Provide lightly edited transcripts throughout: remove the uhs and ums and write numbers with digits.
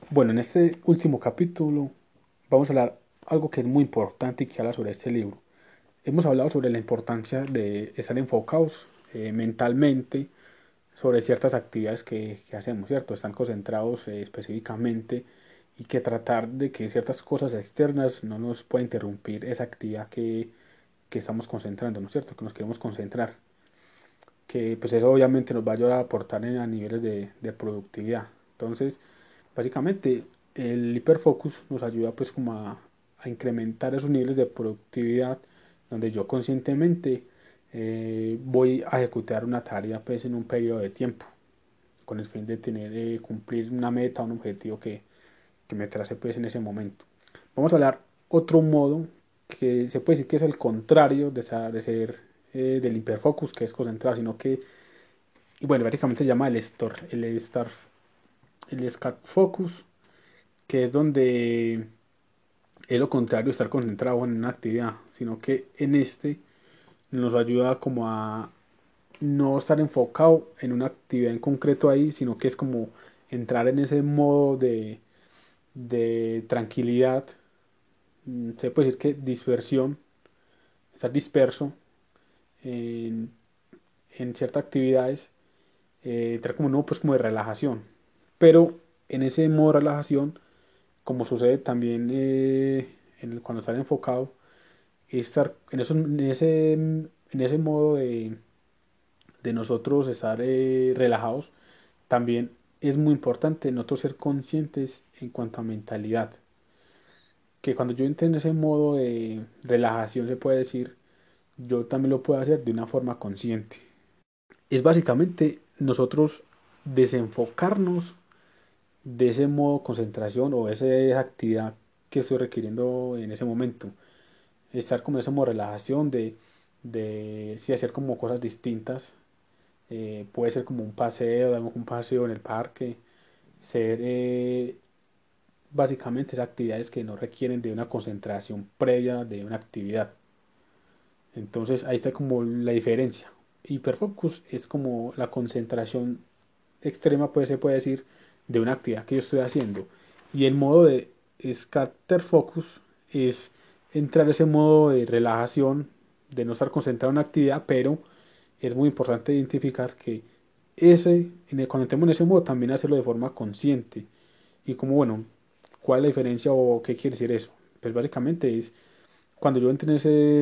Bueno, en este último capítulo vamos a hablar algo que es muy importante y que habla sobre este libro. Hemos hablado sobre la importancia de estar enfocados mentalmente sobre ciertas actividades que hacemos, ¿cierto? Están concentrados específicamente y que tratar de que ciertas cosas externas no nos pueda interrumpir esa actividad que estamos concentrando, ¿no es cierto? Que nos queremos concentrar. Que pues eso obviamente nos va a ayudar a aportar a niveles de productividad. Entonces, básicamente, el hiperfocus nos ayuda pues como a incrementar esos niveles de productividad donde yo conscientemente voy a ejecutar una tarea pues en un periodo de tiempo con el fin de tener cumplir una meta, un objetivo que me trace pues en ese momento. Vamos a hablar otro modo que se puede decir que es el contrario de ser del hiperfocus, que es concentrado, sino que, y bueno, básicamente se llama el scat focus, que es donde es lo contrario de estar concentrado en una actividad, sino que en este nos ayuda como a no estar enfocado en una actividad en concreto ahí, sino que es como entrar en ese modo de tranquilidad, se puede decir que dispersión, estar disperso en, en ciertas actividades, entrar como un modo pues como de relajación, pero en ese modo de relajación, como sucede también cuando estás enfocado, estar en ese modo de nosotros estar relajados, también es muy importante nosotros ser conscientes en cuanto a mentalidad. Que cuando yo entre en ese modo de relajación, se puede decir, yo también lo puedo hacer de una forma consciente. Es básicamente nosotros desenfocarnos de ese modo concentración o esa actividad que estoy requiriendo en ese momento. Estar como en ese modo de relajación, de sí, hacer como cosas distintas. Puede ser como un paseo, damos un paseo en el parque, ser básicamente esas actividades que no requieren de una concentración previa de una actividad. Entonces ahí está como la diferencia. Hiperfocus es como la concentración extrema, pues se puede decir, de una actividad que yo estoy haciendo. Y el modo de scatter focus es entrar a ese modo de relajación, de no estar concentrado en una actividad, pero es muy importante identificar que cuando entremos en ese modo, también hacerlo de forma consciente. Y como, bueno, ¿cuál es la diferencia o qué quiere decir eso? Pues básicamente es cuando yo entre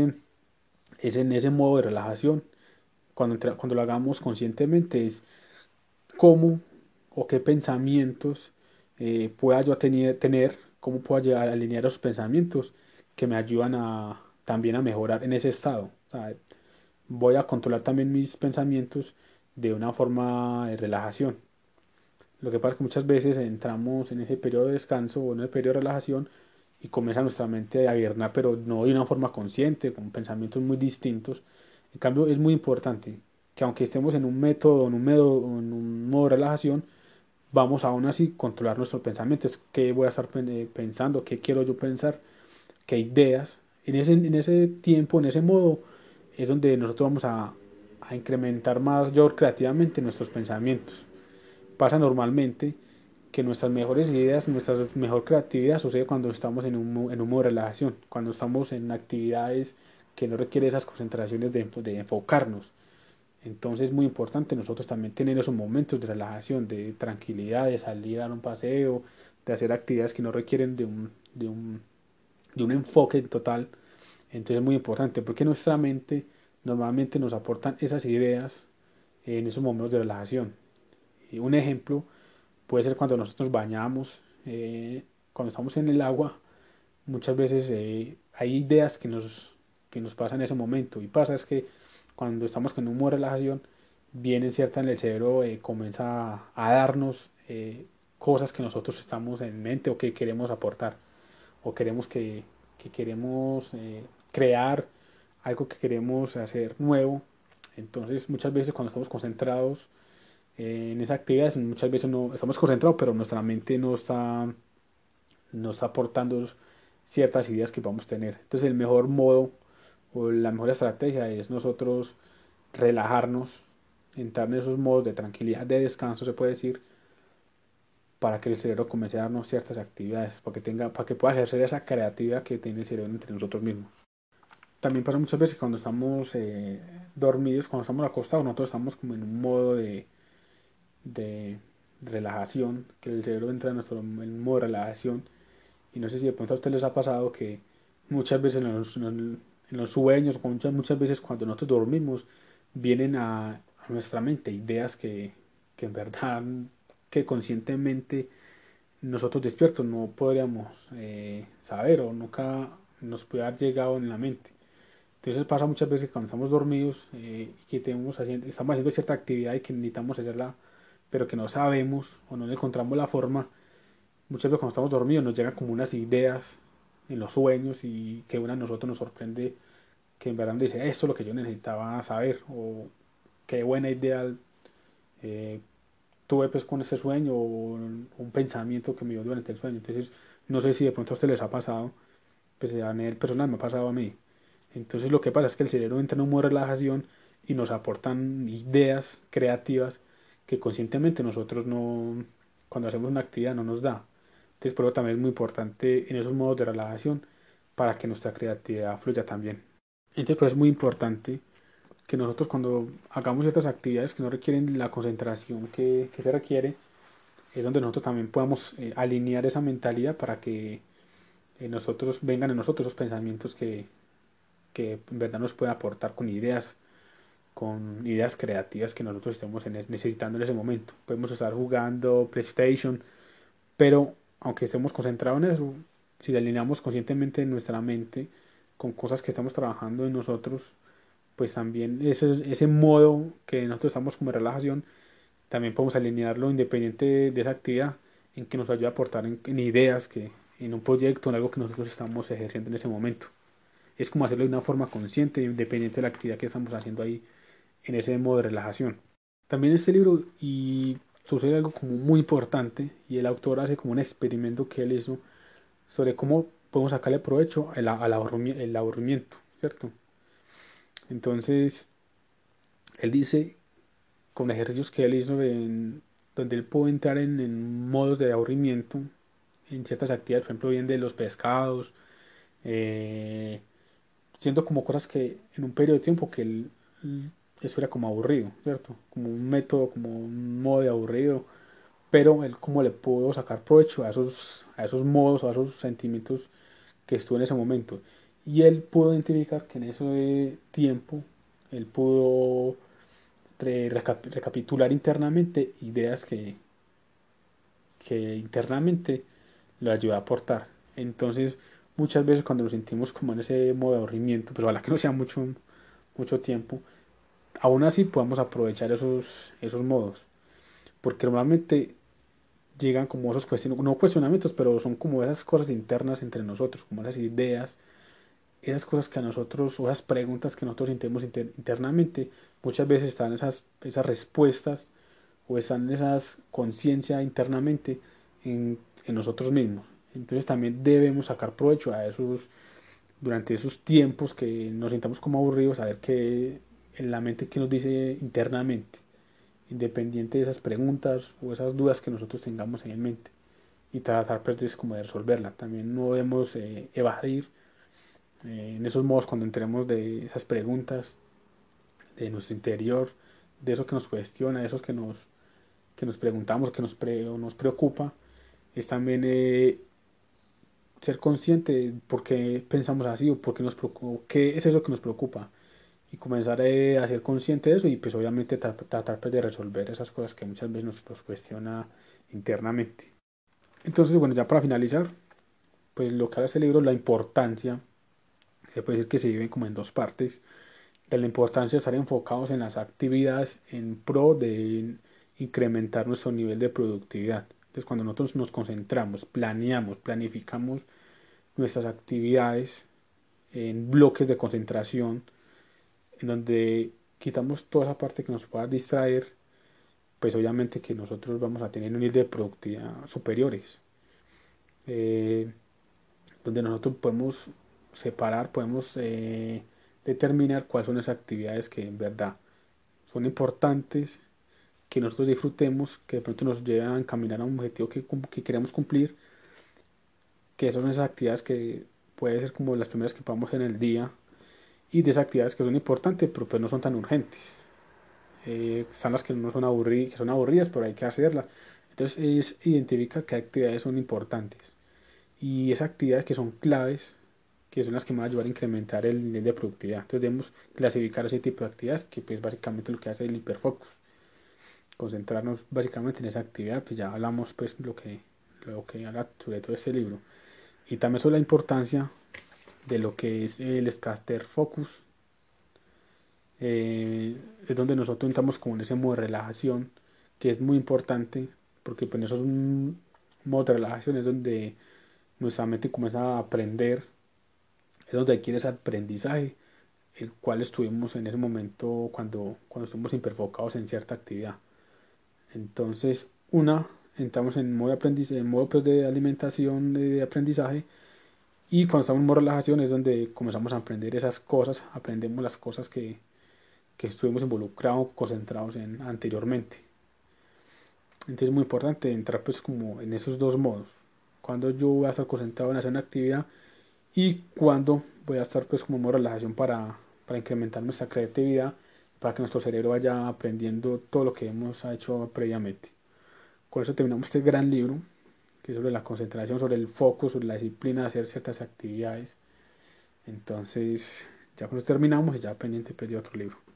en ese modo de relajación, cuando lo hagamos conscientemente, es cómo o qué pensamientos pueda yo tener, cómo puedo llegar a alinear esos pensamientos que me ayudan también a mejorar en ese estado. O sea, voy a controlar también mis pensamientos de una forma de relajación. Lo que pasa es que muchas veces entramos en ese periodo de descanso o en el periodo de relajación y comienza nuestra mente a hibernar, pero no de una forma consciente, con pensamientos muy distintos. En cambio, es muy importante que aunque estemos en un método, en un modo de relajación, vamos aún así controlar nuestros pensamientos. ¿Qué voy a estar pensando? ¿Qué quiero yo pensar? ¿Qué ideas? En ese tiempo, en ese modo, es donde nosotros vamos a incrementar más yo creativamente nuestros pensamientos. Pasa normalmente que nuestras mejores ideas, nuestra mejor creatividad sucede cuando estamos en un modo de relajación, cuando estamos en actividades que no requieren esas concentraciones de enfocarnos. Entonces es muy importante nosotros también tener esos momentos de relajación, de tranquilidad, de salir a dar un paseo, de hacer actividades que no requieren de un enfoque total. Entonces es muy importante porque nuestra mente normalmente nos aportan esas ideas en esos momentos de relajación. Y un ejemplo puede ser cuando nosotros bañamos, cuando estamos en el agua, muchas veces hay ideas que nos pasan en ese momento. Y pasa es que cuando estamos con un modo de relajación, vienen ciertas en el cerebro, comienza a darnos cosas que nosotros estamos en mente o que queremos aportar o que queremos crear algo que queremos hacer nuevo. Entonces muchas veces cuando estamos concentrados en esa actividad, muchas veces no estamos concentrados, pero nuestra mente no está aportando ciertas ideas que vamos a tener. Entonces el mejor modo o la mejor estrategia es nosotros relajarnos, entrar en esos modos de tranquilidad, de descanso, se puede decir, para que el cerebro comience a darnos ciertas actividades, para que pueda ejercer esa creatividad que tiene el cerebro entre nosotros mismos. También pasa muchas veces que cuando estamos dormidos, cuando estamos acostados, nosotros estamos como en un modo de relajación, que el cerebro entra en un modo de relajación. Y no sé si de pronto a ustedes les ha pasado que muchas veces en los sueños, o muchas veces cuando nosotros dormimos, vienen a nuestra mente ideas que en verdad, que conscientemente nosotros despiertos no podríamos saber o nunca nos puede haber llegado en la mente. Entonces pasa muchas veces que cuando estamos dormidos y que estamos haciendo cierta actividad y que necesitamos hacerla, pero que no sabemos o no le encontramos la forma, muchas veces cuando estamos dormidos nos llegan como unas ideas en los sueños y que una a nosotros nos sorprende que en verdad nos dice, esto es lo que yo necesitaba saber o qué buena idea eh, tuve pues con este sueño o un pensamiento que me dio durante el sueño. Entonces no sé si de pronto a ustedes les ha pasado, pues a nivel personal me ha pasado a mí. Entonces lo que pasa es que el cerebro entra en un modo de relajación y nos aportan ideas creativas que conscientemente nosotros no, cuando hacemos una actividad no nos da. Entonces por eso también es muy importante en esos modos de relajación para que nuestra creatividad fluya también. Entonces por eso es muy importante que nosotros cuando hagamos ciertas actividades que no requieren la concentración que se requiere, es donde nosotros también podamos alinear esa mentalidad para que nosotros vengan en nosotros esos pensamientos que en verdad nos puede aportar con ideas creativas que nosotros estemos necesitando en ese momento. Podemos estar jugando PlayStation, pero aunque estemos concentrados en eso, si alineamos conscientemente nuestra mente con cosas que estamos trabajando en nosotros, pues también ese modo que nosotros estamos como en relajación, también podemos alinearlo independiente de esa actividad en que nos ayuda a aportar en ideas, en un proyecto, en algo que nosotros estamos ejerciendo en ese momento. Es como hacerlo de una forma consciente, independiente de la actividad que estamos haciendo ahí en ese modo de relajación. También en este libro y sucede algo como muy importante y el autor hace como un experimento que él hizo sobre cómo podemos sacarle provecho el aburrimiento, ¿cierto? Entonces, él dice, con ejercicios que él hizo donde él pudo entrar en modos de aburrimiento, en ciertas actividades, por ejemplo, bien de los pescados, eh, siento como cosas que en un periodo de tiempo que eso era como aburrido, ¿cierto? Como un método, como un modo de aburrido, pero él como le pudo sacar provecho a esos modos o a esos sentimientos que estuvo en ese momento. Y él pudo identificar que en ese tiempo él pudo recapitular internamente ideas que internamente lo ayuda a aportar. Entonces, muchas veces cuando nos sentimos como en ese modo de aburrimiento, pero ojalá que no sea mucho tiempo, aún así podamos aprovechar esos modos. Porque normalmente llegan como esos cuestionamientos, no cuestionamientos, pero son como esas cosas internas entre nosotros, como esas ideas, esas cosas que a nosotros, o esas preguntas que nosotros sentimos internamente, muchas veces están esas respuestas o están esas conciencia internamente en nosotros mismos. Entonces también debemos sacar provecho a durante esos tiempos que nos sintamos como aburridos, a ver qué en la mente que nos dice internamente, independiente de esas preguntas o esas dudas que nosotros tengamos en mente y tratar pues como de resolverla. También no debemos evadir en esos modos cuando entremos de esas preguntas de nuestro interior, de eso que nos cuestiona, de esos que nos preguntamos, o nos preocupa, es también ser consciente de por qué pensamos así o por qué nos preocupa, qué es eso que nos preocupa y comenzar a ser consciente de eso y pues obviamente tratar pues, de resolver esas cosas que muchas veces nos cuestiona internamente. Entonces, bueno, ya para finalizar, pues lo que hace este libro, la importancia, se puede decir que se divide como en dos partes, de la importancia de estar enfocados en las actividades en pro de incrementar nuestro nivel de productividad. Entonces, cuando nosotros nos concentramos, planeamos, planificamos nuestras actividades en bloques de concentración, en donde quitamos toda esa parte que nos pueda distraer, pues obviamente que nosotros vamos a tener un nivel de productividad superiores, eh, donde nosotros podemos separar, podemos determinar cuáles son las actividades que en verdad son importantes, que nosotros disfrutemos, que de pronto nos lleve a encaminar a un objetivo que queremos cumplir, que son esas actividades que puede ser como las primeras que podamos en el día y de esas actividades que son importantes, pero pues no son tan urgentes. Están las que no son aburridas, que son aburridas, pero hay que hacerlas. Entonces identifica qué actividades son importantes y esas actividades que son claves, que son las que van a ayudar a incrementar el nivel de productividad. Entonces debemos clasificar ese tipo de actividades, que pues básicamente lo que hace el hiperfocus, concentrarnos básicamente en esa actividad, pues ya hablamos pues lo que habla sobre todo este libro. Y también sobre la importancia de lo que es el scatter focus, es donde nosotros entramos como en ese modo de relajación, que es muy importante, porque pues en esos modos de relajación es donde nuestra mente comienza a aprender, es donde adquiere ese aprendizaje, el cual estuvimos en ese momento cuando estuvimos hiperfocados en cierta actividad. Entonces, entramos en modo de aprendizaje, en modo pues, de alimentación, de aprendizaje, y cuando estamos en modo de relajación es donde comenzamos a aprender esas cosas, aprendemos las cosas que estuvimos involucrados, concentrados en anteriormente. Entonces es muy importante entrar pues como en esos dos modos. Cuando yo voy a estar concentrado en hacer una actividad y cuando voy a estar pues como en modo de relajación para incrementar nuestra creatividad, para que nuestro cerebro vaya aprendiendo todo lo que hemos hecho previamente. Con eso terminamos este gran libro, que es sobre la concentración, sobre el foco, sobre la disciplina de hacer ciertas actividades. Entonces, ya con eso terminamos y ya pendiente pues, de otro libro.